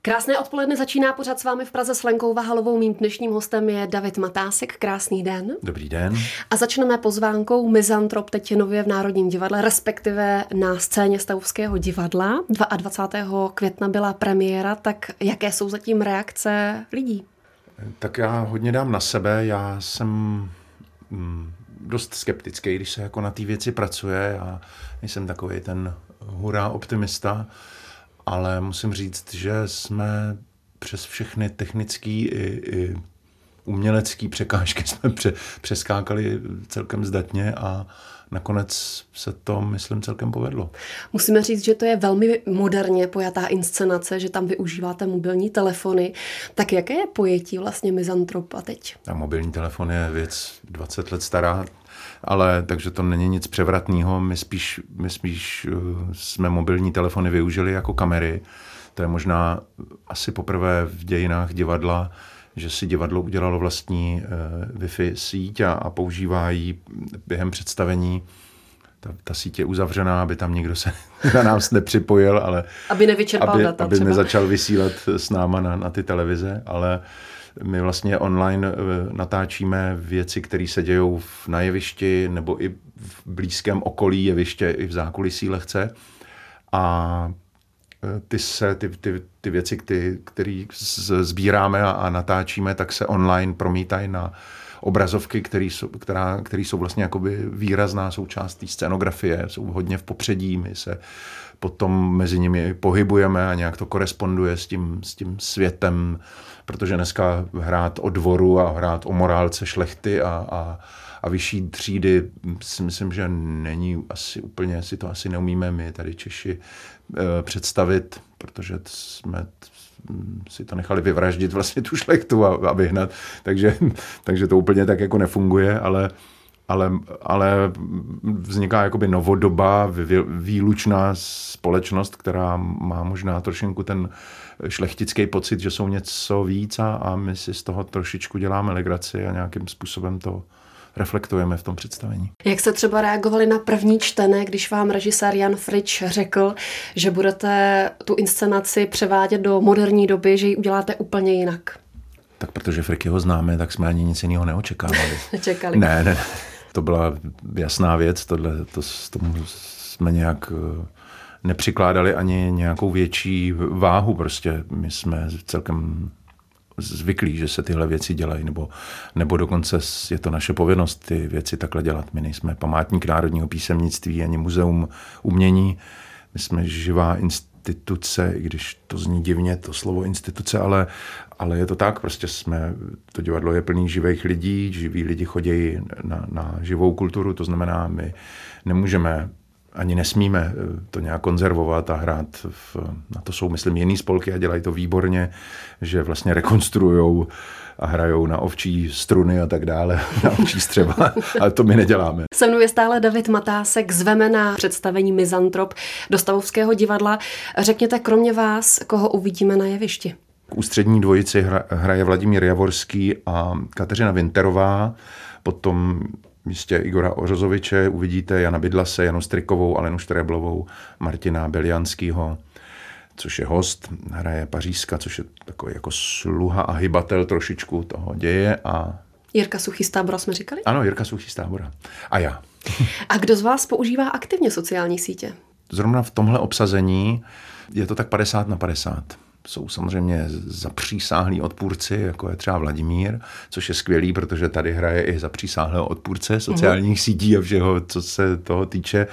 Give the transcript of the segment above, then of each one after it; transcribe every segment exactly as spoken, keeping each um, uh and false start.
Krásné odpoledne, začíná pořad s vámi v Praze s Lenkou Vahalovou. Mým dnešním hostem je David Matásek. Krásný den. Dobrý den. A začneme pozvánkou Mizantrop, teď nově v Národním divadle, respektive na scéně Stavovského divadla. dvacátého druhého května byla premiéra, tak jaké jsou zatím reakce lidí? Tak já hodně dám na sebe. Já jsem mm, dost skeptický, když se jako na té věci pracuje. A nejsem takový ten hurá optimista. Ale musím říct, že jsme přes všechny technické i, i umělecké překážky jsme pře, přeskákali celkem zdatně a nakonec se to, myslím, celkem povedlo. Musíme říct, že to je velmi moderně pojatá inscenace, že tam využíváte mobilní telefony. Tak jaké je pojetí vlastně Mizantropa teď? A mobilní telefon je věc dvacet let stará, ale takže to není nic převratného. My spíš, my spíš uh, jsme mobilní telefony využili jako kamery. To je možná asi poprvé v dějinách divadla, že si divadlo udělalo vlastní uh, Wi-Fi síť a, a používá ji během představení. Ta, ta síť je uzavřená, aby tam nikdo se na nás nepřipojil, ale aby nevyčerpal aby, data aby třeba. nezačal vysílat s náma na, na ty televize, ale my vlastně online natáčíme věci, které se dějou na jevišti nebo i v blízkém okolí jeviště, i v zákulisí lehce. A ty, se, ty, ty, ty věci, které sbíráme a, a natáčíme, tak se online promítají na obrazovky, které jsou, která, který jsou vlastně jakoby výrazná součást té scenografie, jsou hodně v popředí, my se potom mezi nimi pohybujeme a nějak to koresponduje s tím, s tím světem, protože dneska hrát o dvoru a hrát o morálce šlechty a, a, a vyšší třídy si myslím, že není asi úplně, si to asi neumíme my tady Češi e, představit, protože jsme si to nechali vyvraždit vlastně tu šlechtu a, a vyhnat, takže, takže to úplně tak jako nefunguje, ale Ale, ale vzniká jakoby novodoba, výlučná společnost, která má možná trošinku ten šlechtický pocit, že jsou něco víc a, a my si z toho trošičku děláme legraci a nějakým způsobem to reflektujeme v tom představení. Jak jste třeba reagovali na první čtené, když vám režisér Jan Frič řekl, že budete tu inscenaci převádět do moderní doby, že ji uděláte úplně jinak? Tak protože Frikyho známe, tak jsme ani nic jiného neočekávali. Nečekali. Ne, ne. To byla jasná věc, tohle, to, tomu jsme nějak nepřikládali ani nějakou větší váhu. Prostě my jsme celkem zvyklí, že se tyhle věci dělají, nebo, nebo dokonce je to naše povinnost ty věci takhle dělat. My nejsme památník národního písemnictví ani muzeum umění. My jsme živá instituce, i když to zní divně, to slovo instituce, ale, ale je to tak, prostě jsme, to divadlo je plný živých lidí, živí lidi chodí na, na živou kulturu, to znamená, my nemůžeme ani nesmíme to nějak konzervovat a hrát. V, na to jsou, myslím, jiný spolky a dělají to výborně, že vlastně rekonstruujou a hrajou na ovčí struny a tak dále, na ovčí střeva, ale to my neděláme. Se mnou je stále David Matásek, zveme na představení Mizantrop do Stavovského divadla. Řekněte, kromě vás, koho uvidíme na jevišti? K ústřední dvojici hraje Vladimír Javorský a Kateřina Winterová, potom místě Igora Ořozoviče uvidíte Jana Bydlase, Janu Strykovou, Alenu Štreblovou, Martina Belianskýho, což je host, hraje Pařízka, což je takový jako sluha a hybatel trošičku toho děje. A Jirka Suchý z Tábora jsme říkali? Ano, Jirka Suchý z Tábora. A já. A kdo z vás používá aktivně sociální sítě? Zrovna v tomhle obsazení je to tak padesát na padesát. Jsou samozřejmě zapřísáhlí odpůrci, jako je třeba Vladimír, což je skvělý, protože tady hraje i zapřísáhlého odpůrce sociálních mm. sítí a všeho, co se toho týče.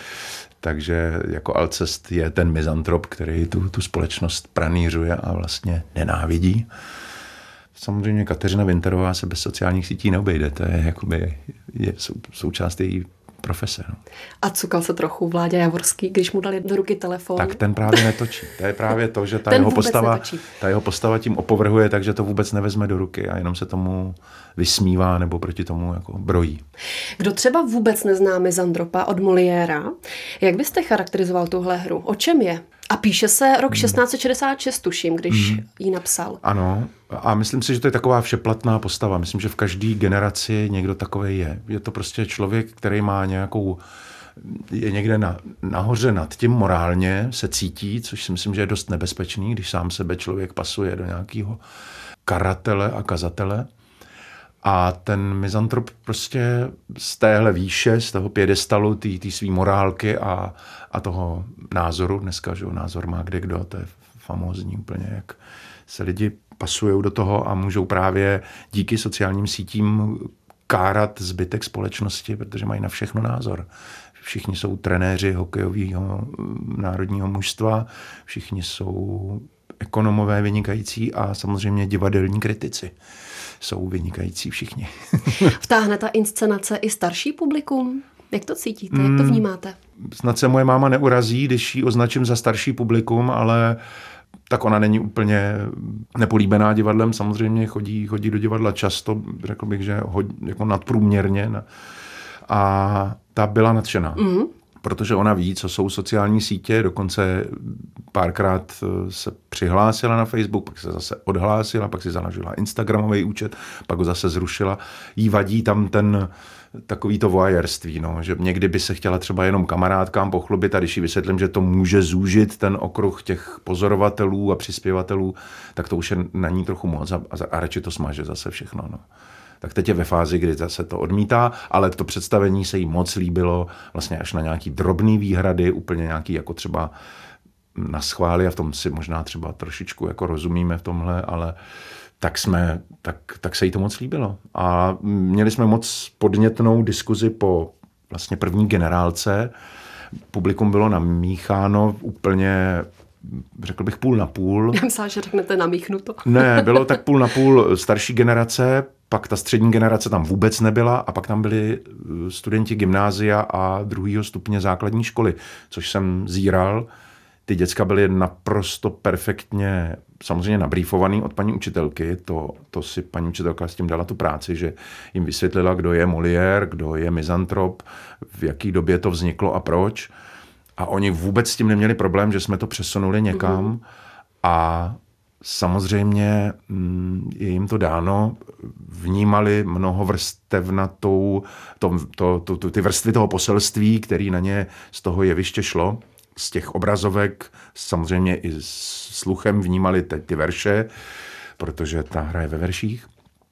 Takže jako Alcest je ten mizantrop, který tu, tu společnost pranířuje a vlastně nenávidí. Samozřejmě Kateřina Winterová se bez sociálních sítí neobejde. To je, jakoby, je sou, součást její profese. No. A cukal se trochu Vláďa Javorský, když mu dali do ruky telefon? Tak ten právě netočí. To je právě to, že ta, jeho postava, ta jeho postava tím opovrhuje, takže to vůbec nevezme do ruky a jenom se tomu vysmívá nebo proti tomu jako brojí. Kdo třeba vůbec nezná Mizantropa od Moliéra, jak byste charakterizoval tuhle hru? O čem je? A píše se rok šestnáct set šedesát šest, tuším, když mm. ji napsal. Ano, a myslím si, že to je taková všeplatná postava. Myslím, že v každé generaci někdo takovej je. Je to prostě člověk, který má nějakou je někde na, nahoře nad tím morálně, se cítí, což si myslím, že je dost nebezpečný, když sám sebe člověk pasuje do nějakého karatele a kazatele. A ten mizantrop prostě z téhle výše, z toho pědestalu, té svý morálky a, a toho názoru, dneska, že názor má kde kdo, to je famózní úplně, jak se lidi pasujou do toho a můžou právě díky sociálním sítím kárat zbytek společnosti, protože mají na všechno názor. Všichni jsou trenéři hokejového národního mužstva, všichni jsou ekonomové vynikající a samozřejmě divadelní kritici. Jsou vynikající všichni. Vtáhne ta inscenace i starší publikum? Jak to cítíte? Jak to vnímáte? Snad se moje máma neurazí, když ji označím za starší publikum, ale tak ona není úplně nepolíbená divadlem. Samozřejmě chodí, chodí do divadla často, řekl bych, že hodně, jako nadprůměrně. A ta byla nadšená. Mm. Protože ona ví, co jsou sociální sítě, dokonce párkrát se přihlásila na Facebook, pak se zase odhlásila, pak si založila Instagramový účet, pak ho zase zrušila. Jí vadí tam ten takový to voyeurství, no, že někdy by se chtěla třeba jenom kamarádkám pochlubit a když jí vysvětlím, že to může zúžit ten okruh těch pozorovatelů a přispěvatelů, tak to už je na ní trochu moc a, a radši to smaže zase všechno, no. Tak teď je ve fázi, kdy zase to odmítá, ale to představení se jí moc líbilo, vlastně až na nějaký drobný výhrady, úplně nějaký jako třeba na schvály a v tom si možná třeba trošičku jako rozumíme v tomhle, ale tak jsme, tak, tak se jí to moc líbilo. A měli jsme moc podnětnou diskuzi po vlastně první generálce. Publikum bylo namícháno úplně, řekl bych, půl na půl. Já myslím, že řeknete namíchnuto. Ne, bylo tak půl na půl starší generace, pak ta střední generace tam vůbec nebyla a pak tam byli studenti gymnázia a druhého stupně základní školy, což jsem zíral. Ty děcka byly naprosto perfektně samozřejmě nabrýfovaný od paní učitelky. To, to si paní učitelka s tím dala tu práci, že jim vysvětlila, kdo je Molière, kdo je mizantrop, v jaký době to vzniklo a proč. A oni vůbec s tím neměli problém, že jsme to přesunuli někam. Mm-hmm. A samozřejmě je jim to dáno, vnímali mnohovrstevnatou to, to, to, to, ty vrstvy toho poselství, který na ně z toho jeviště šlo. Z těch obrazovek samozřejmě i sluchem vnímali ty, ty verše, protože ta hra je ve verších.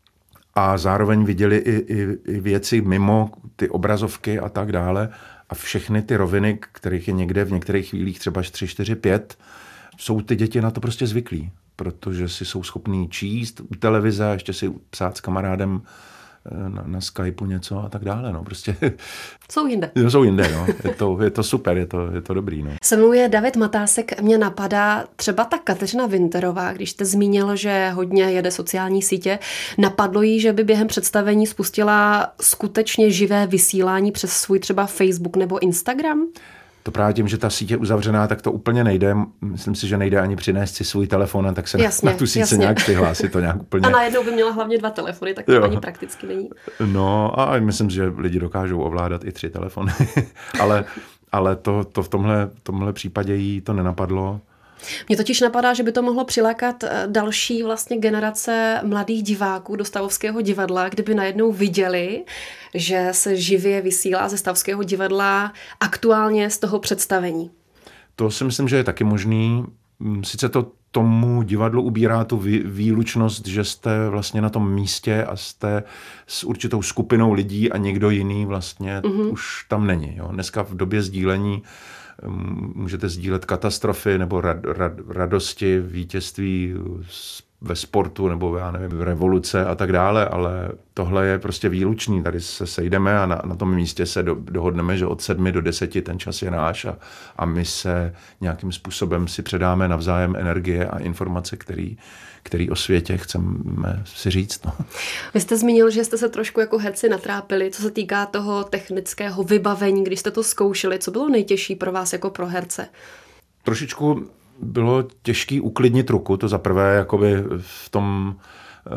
A zároveň viděli i, i, i věci mimo ty obrazovky a tak dále. A všechny ty roviny, kterých je někde v některých chvílích třeba tři, čtyři, pět, jsou ty děti na to prostě zvyklí. Protože si jsou schopní číst u televize a ještě si psát s kamarádem na, na Skypeu něco a tak dále. No. Prostě jsou jinde. Jsou jinde, no. Je to, je to super, je to, je to dobrý. No. Se mnou je David Matásek, mě napadá třeba ta Kateřina Winterová, když jste zmínil, že hodně jede sociální sítě, napadlo jí, že by během představení spustila skutečně živé vysílání přes svůj třeba Facebook nebo Instagram? To právě tím, že ta síť je uzavřená, tak to úplně nejde. Myslím si, že nejde ani přinést si svůj telefon, a tak se jasně, na tu síť se nějak přihlásit. To nějak úplně... A najednou by měla hlavně dva telefony, tak to jo. Ani prakticky není. No a myslím si, že lidi dokážou ovládat i tři telefony. ale ale to, to v tomhle, tomhle případě jí to nenapadlo. Mně totiž napadá, že by to mohlo přilákat další vlastně generace mladých diváků do Stavovského divadla, kdyby najednou viděli, že se živě vysílá ze Stavovského divadla aktuálně z toho představení. To si myslím, že je taky možný. Sice to tomu divadlu ubírá tu výlučnost, že jste vlastně na tom místě a jste s určitou skupinou lidí a někdo jiný vlastně mm-hmm. už tam není. Jo? Dneska v době sdílení můžete sdílet katastrofy nebo rad, rad, radosti, vítězství ve sportu nebo já nevím, revoluce a tak dále, ale tohle je prostě výlučný. Tady se sejdeme a na, na tom místě se do, dohodneme, že od sedmi do deseti ten čas je náš a, a my se nějakým způsobem si předáme navzájem energie a informace, který, který o světě chceme si říct. No. Vy jste zmínil, že jste se trošku jako herci natrápili, co se týká toho technického vybavení, když jste to zkoušeli. Co bylo nejtěžší pro vás jako pro herce? Trošičku bylo těžký uklidnit ruku, to zaprvé jakoby v tom, v,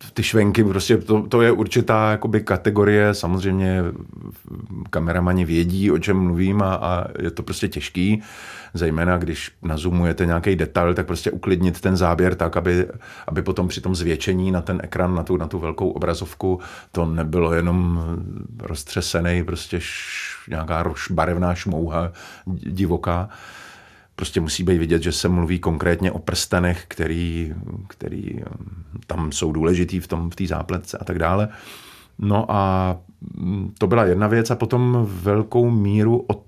ty švenky, prostě to, to je určitá jakoby kategorie, samozřejmě kameramani vědí, o čem mluvím a, a je to prostě těžký, zejména když nazumujete nějaký detail, tak prostě uklidnit ten záběr tak, aby, aby potom při tom zvětšení na ten ekran, na tu, na tu velkou obrazovku, to nebylo jenom roztřesený, prostě š, nějaká roš, barevná šmouha divoká. Prostě musí být vidět, že se mluví konkrétně o prstenech, který, který tam jsou důležitý v tom, v té zápletce a tak dále. No a to byla jedna věc a potom velkou míru od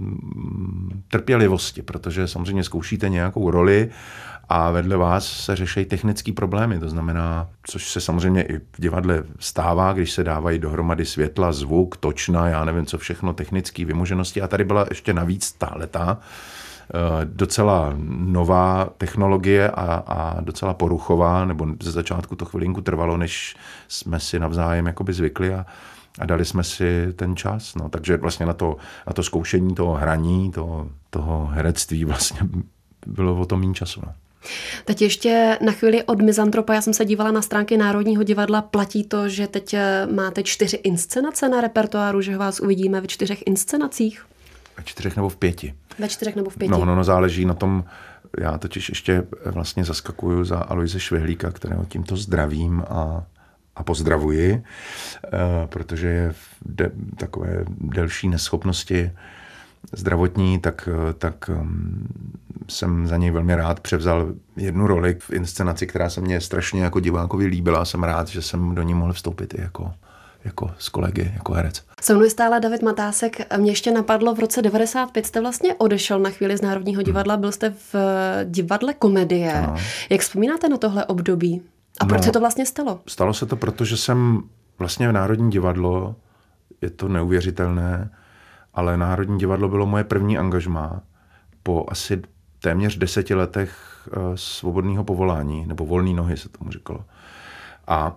trpělivosti, protože samozřejmě zkoušíte nějakou roli a vedle vás se řeší technické problémy, to znamená, což se samozřejmě i v divadle stává, když se dávají dohromady světla, zvuk, točna, já nevím co všechno, technické vymoženosti a tady byla ještě navíc tahleta, docela nová technologie a, a docela poruchová, nebo ze začátku to chvilinku trvalo, než jsme si navzájem jakoby zvykli a, a dali jsme si ten čas. No. Takže vlastně na to, na to zkoušení toho hraní, toho, toho herectví vlastně bylo o tom méně času. No. Teď ještě na chvíli od Mizantropa, já jsem se dívala na stránky Národního divadla, platí to, že teď máte čtyři inscenace na repertoáru, že vás uvidíme ve čtyřech inscenacích? Ve čtyřech nebo v pěti. Ve čtyřech nebo v pěti. No, no, no, záleží na tom, já totiž ještě vlastně zaskakuju za Aloise Švihlíka, kterého tímto zdravím a, a pozdravuji, e, protože je v de, takové delší neschopnosti zdravotní, tak, tak um, jsem za něj velmi rád převzal jednu roli v inscenaci, která se mně strašně jako divákovi líbila. Jsem rád, že jsem do ní mohl vstoupit i jako jako s kolegy, jako herec. Se mnou je stále David Matásek. Mě ještě napadlo, v roce devadesát pět jste vlastně odešel na chvíli z Národního divadla, byl jste v divadle Komedie. Ano. Jak vzpomínáte na tohle období? A proč no, se to vlastně stalo? Stalo se to, protože jsem vlastně v Národní divadlo, je to neuvěřitelné, ale Národní divadlo bylo moje první angažmá po asi téměř deseti letech svobodného povolání, nebo volné nohy se tomu říkalo. A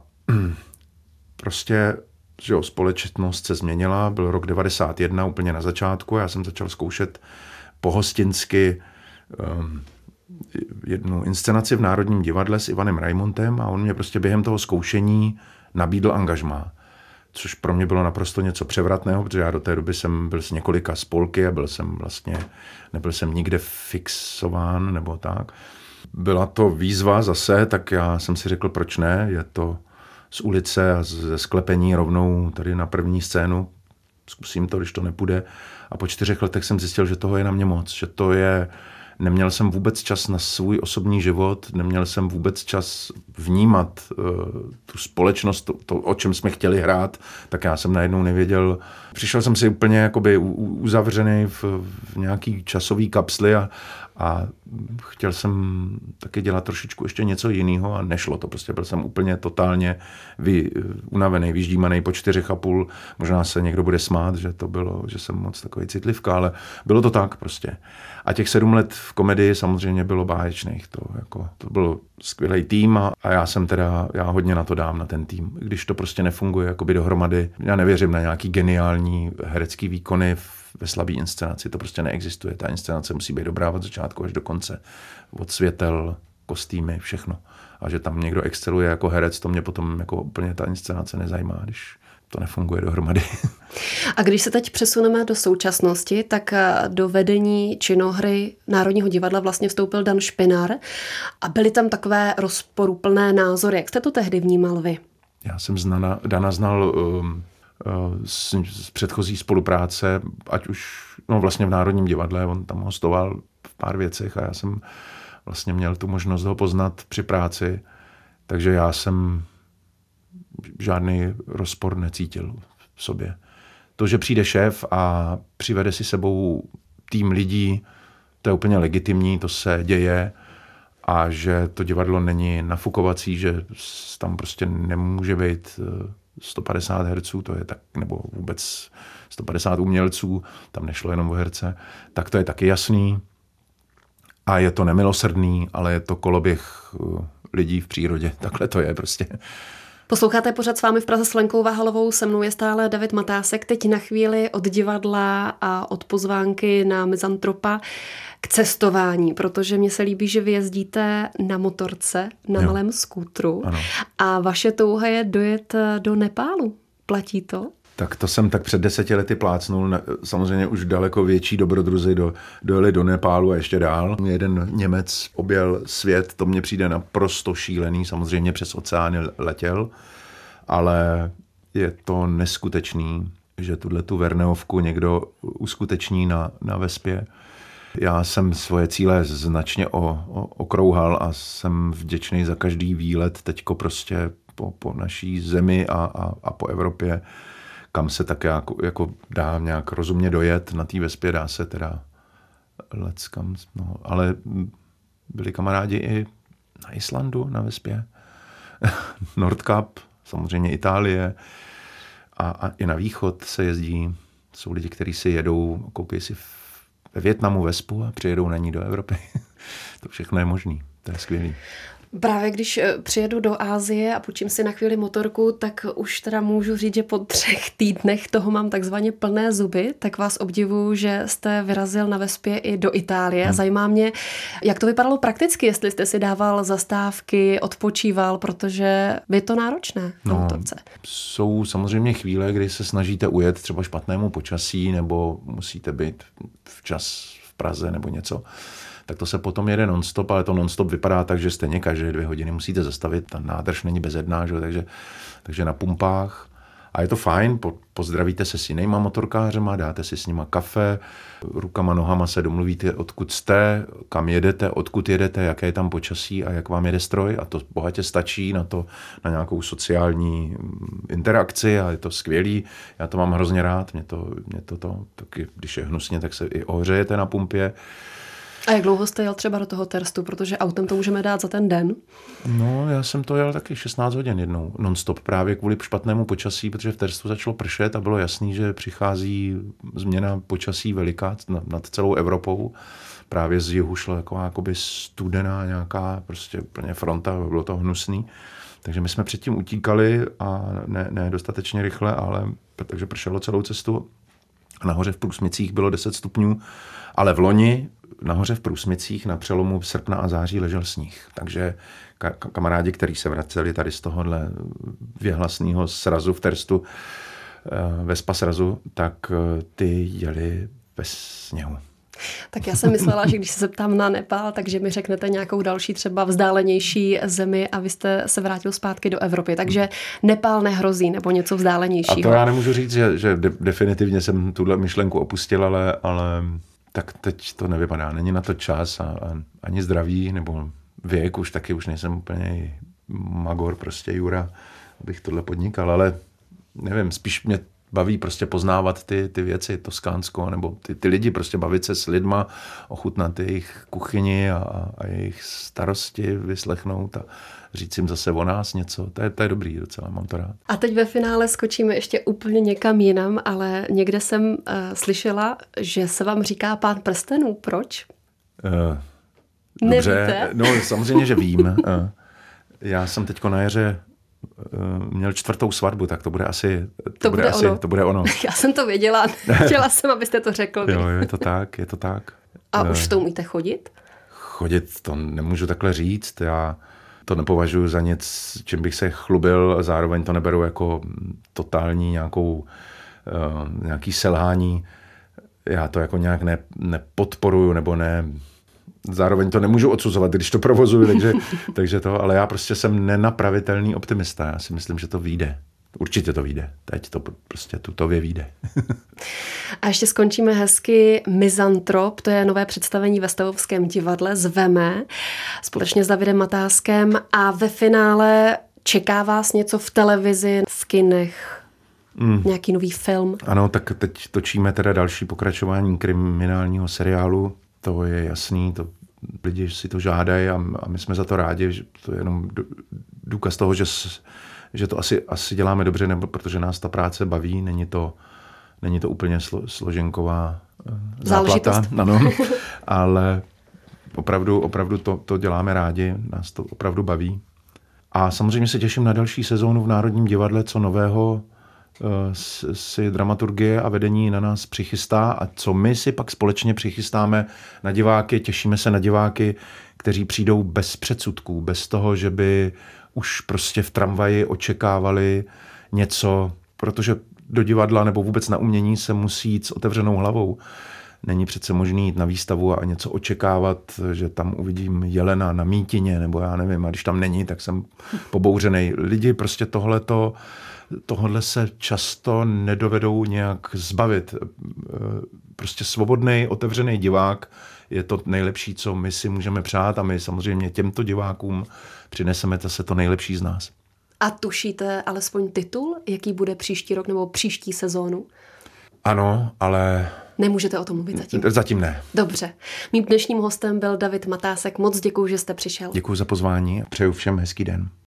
prostě že jo, společnost se změnila, byl rok devadesát jedna úplně na začátku, já jsem začal zkoušet pohostinsky um, jednu inscenaci v Národním divadle s Ivanem Raimontem a on mě prostě během toho zkoušení nabídl angažmá, což pro mě bylo naprosto něco převratného, protože já do té doby jsem byl s několika spolky a byl jsem vlastně, nebyl jsem nikde fixován nebo tak. Byla to výzva zase, tak já jsem si řekl, proč ne, je to z ulice a ze sklepení rovnou tady na první scénu. Zkusím to, když to nepůjde. A po čtyřech letech jsem zjistil, že toho je na mě moc. Že to je... Neměl jsem vůbec čas na svůj osobní život, neměl jsem vůbec čas vnímat uh, tu společnost, to, to, o čem jsme chtěli hrát, tak já jsem najednou nevěděl. Přišel jsem si úplně jakoby uzavřený v, v nějaký časový kapsli a, a chtěl jsem taky dělat trošičku ještě něco jiného a nešlo to. Prostě byl jsem úplně totálně vy, unavený, vyždímaný po čtyřech a půl. Možná se někdo bude smát, že to bylo, že jsem moc takový citlivka, ale bylo to tak prostě. A těch sedm let v Komedii samozřejmě bylo báječných. To, jako, to byl skvělý tým a, a já jsem teda, já hodně na to dám, na ten tým. Když to prostě nefunguje jakoby dohromady, já nevěřím na nějaký geniální herecký výkony ve slabé inscenaci. To prostě neexistuje. Ta inscenace musí být dobrá od začátku až do konce. Od světel, kostýmy, všechno. A že tam někdo exceluje jako herec, to mě potom jako úplně ta inscenace nezajímá, když to nefunguje dohromady. A když se teď přesuneme do současnosti, tak do vedení činohry Národního divadla vlastně vstoupil Dan Špinár a byly tam takové rozporuplné názory. Jak jste to tehdy vnímal vy? Já jsem znana, Dana znal um, z, z předchozí spolupráce, ať už no vlastně v Národním divadle, on tam hostoval v pár věcech a já jsem vlastně měl tu možnost ho poznat při práci, takže já jsem žádný rozpor necítil v sobě. To, že přijde šéf a přivede si sebou tým lidí, to je úplně legitimní, to se děje a že to divadlo není nafukovací, že tam prostě nemůže být sto padesát herců, to je tak, nebo vůbec sto padesát umělců, tam nešlo jenom o herce, tak to je taky jasný. A je to nemilosrdný, ale je to koloběh lidí v přírodě. Takhle to je prostě. Posloucháte pořad s vámi v Praze s Lenkou Váhalovou, se mnou je stále David Matásek. Teď na chvíli od divadla a od pozvánky na Mizantropa k cestování, protože mně se líbí, že vy jezdíte na motorce, na jo. malém skútru ano. a vaše touha je dojet do Nepálu. Platí to? Tak to jsem tak před deseti lety plácnul. Samozřejmě už daleko větší dobrodruzi do, dojeli do Nepálu a ještě dál. Jeden Němec objel svět, to mně přijde naprosto šílený, samozřejmě přes oceány letěl, ale je to neskutečný, že tuhletu Verneovku někdo uskuteční na, na Vespě. Já jsem svoje cíle značně o, o, okrouhal a jsem vděčný za každý výlet teďko prostě po, po naší zemi a, a, a po Evropě, kam se tak jako, jako dá nějak rozumně dojet. Na té Vespě dá se teda leckam, no, ale byli kamarádi i na Islandu, na Vespě. Nordkap, samozřejmě Itálie a, a i na východ se jezdí. Jsou lidi, kteří si jedou, koupí si ve Vietnamu Vespu a přijedou na ní do Evropy. To všechno je možný, to je skvělý. Právě když přijedu do Asie a půjčím si na chvíli motorku, tak už teda můžu říct, že po třech týdnech toho mám takzvaně plné zuby, tak vás obdivuju, že jste vyrazil na Vespě i do Itálie. Hmm. Zajímá mě, jak to vypadalo prakticky, jestli jste si dával zastávky, odpočíval, protože je to náročné na no, motorce. Jsou samozřejmě chvíle, kdy se snažíte ujet třeba špatnému počasí nebo musíte být včas v Praze nebo něco. Tak to se potom jede non-stop, ale to non-stop vypadá tak, že stejně každé dvě hodiny musíte zastavit, ta nádrž není bezedná, že? Takže, takže na pumpách. A je to fajn, po, pozdravíte se s jinýma motorkářema, dáte si s nima kafe, rukama, nohama se domluvíte, odkud jste, kam jedete, odkud jedete, jaké je tam počasí a jak vám jede stroj. A to bohatě stačí na to, na nějakou sociální interakci a je to skvělý. Já to mám hrozně rád, mě to, mě to, to taky, když je hnusně, tak se i ohřejete na pumpě. A jak dlouho jste jel třeba do toho Terstu, protože autem to můžeme dát za ten den? No, já jsem to jel taky šestnáct hodin jednou, non-stop, právě kvůli špatnému počasí, protože v Terstu začalo pršet a bylo jasný, že přichází změna počasí veliká nad celou Evropou. Právě z jihu šla taková jakoby studená nějaká prostě úplně fronta, bylo to hnusný. Takže my jsme předtím utíkali a ne, ne dostatečně rychle, ale takže pršelo celou cestu. Nahoře v Průsmicích bylo deset stupňů, ale v loni nahoře v Průsmicích na přelomu srpna a září ležel sníh. Takže ka- kamarádi, kteří se vraceli tady z tohohle věhlasného srazu v Terstu, Vespa srazu, tak ty jeli bez sněhu. Tak já jsem myslela, že když se zeptám na Nepál, takže mi řeknete nějakou další třeba vzdálenější zemi a vy jste se vrátil zpátky do Evropy. Takže Nepál nehrozí nebo něco vzdálenějšího. A to já nemůžu říct, že, že de- definitivně jsem tuhle myšlenku opustil, ale, ale tak teď to nevypadá. Není na to čas a, a ani zdraví nebo věk, už taky už nejsem úplně magor, prostě Jura, abych tohle podnikal, ale nevím, spíš mě baví prostě poznávat ty, ty věci, Toskánsko, nebo ty, ty lidi, prostě bavit se s lidma, ochutnat jejich kuchyni a, a jejich starosti vyslechnout a říct jim zase o nás něco. To je, to je dobrý docela, mám to rád. A teď ve finále skočíme ještě úplně někam jinam, ale někde jsem uh, slyšela, že se vám říká Pán prstenů. Proč? Uh, dobře, no samozřejmě, že vím. Uh, já jsem teďko na jaře měl čtvrtou svatbu, tak to bude asi to, to bude, bude asi, ono. To bude ono. Já jsem to věděla, chtěla jsem, abyste to řekl. Jo, je to tak, je to tak. A uh, už to umíte chodit? Chodit to nemůžu takhle říct, já to nepovažuji za nic, čím bych se chlubil, zároveň to neberu jako totální nějakou, uh, nějaký selhání. Já to jako nějak ne, nepodporuju, nebo ne, zároveň to nemůžu odsuzovat, když to provozuju, takže, takže to, ale já prostě jsem nenapravitelný optimista. Já si myslím, že to vyjde. Určitě to vyjde. Teď to prostě tutově vyjde. A ještě skončíme hezky. Mizantrop, to je nové představení ve Stavovském divadle, zveme společně s Davidem Matáskem a ve finále čeká vás něco v televizi, v kinech, mm. nějaký nový film? Ano, tak teď točíme teda další pokračování kriminálního seriálu. To je jasný, to lidi si to žádají a, a my jsme za to rádi, že to je jenom důkaz toho, že, že to asi, asi děláme dobře, nebo protože nás ta práce baví, není to, není to úplně slo, složenková záplata, ano, ale opravdu, opravdu to, to děláme rádi, nás to opravdu baví A samozřejmě se těším na další sezónu v Národním divadle, co nového si dramaturgie a vedení na nás přichystá a co my si pak společně přichystáme na diváky. Těšíme se na diváky, kteří přijdou bez předsudků, bez toho, že by už prostě v tramvaji očekávali něco, protože do divadla nebo vůbec na umění se musí jít s otevřenou hlavou. Není přece možný jít na výstavu a něco očekávat, že tam uvidím Jelena na mítině, nebo já nevím, a když tam není, tak jsem pobouřenej. Lidi prostě tohleto Tohle se často nedovedou nějak zbavit. Prostě svobodný, otevřený divák je to nejlepší, co my si můžeme přát a my samozřejmě těmto divákům přineseme zase to nejlepší z nás. A tušíte alespoň titul, jaký bude příští rok nebo příští sezónu? Ano, ale... Nemůžete o tom mluvit zatím? Zatím ne. Dobře. Mým dnešním hostem byl David Matásek. Moc děkuju, že jste přišel. Děkuju za pozvání a přeju všem hezký den.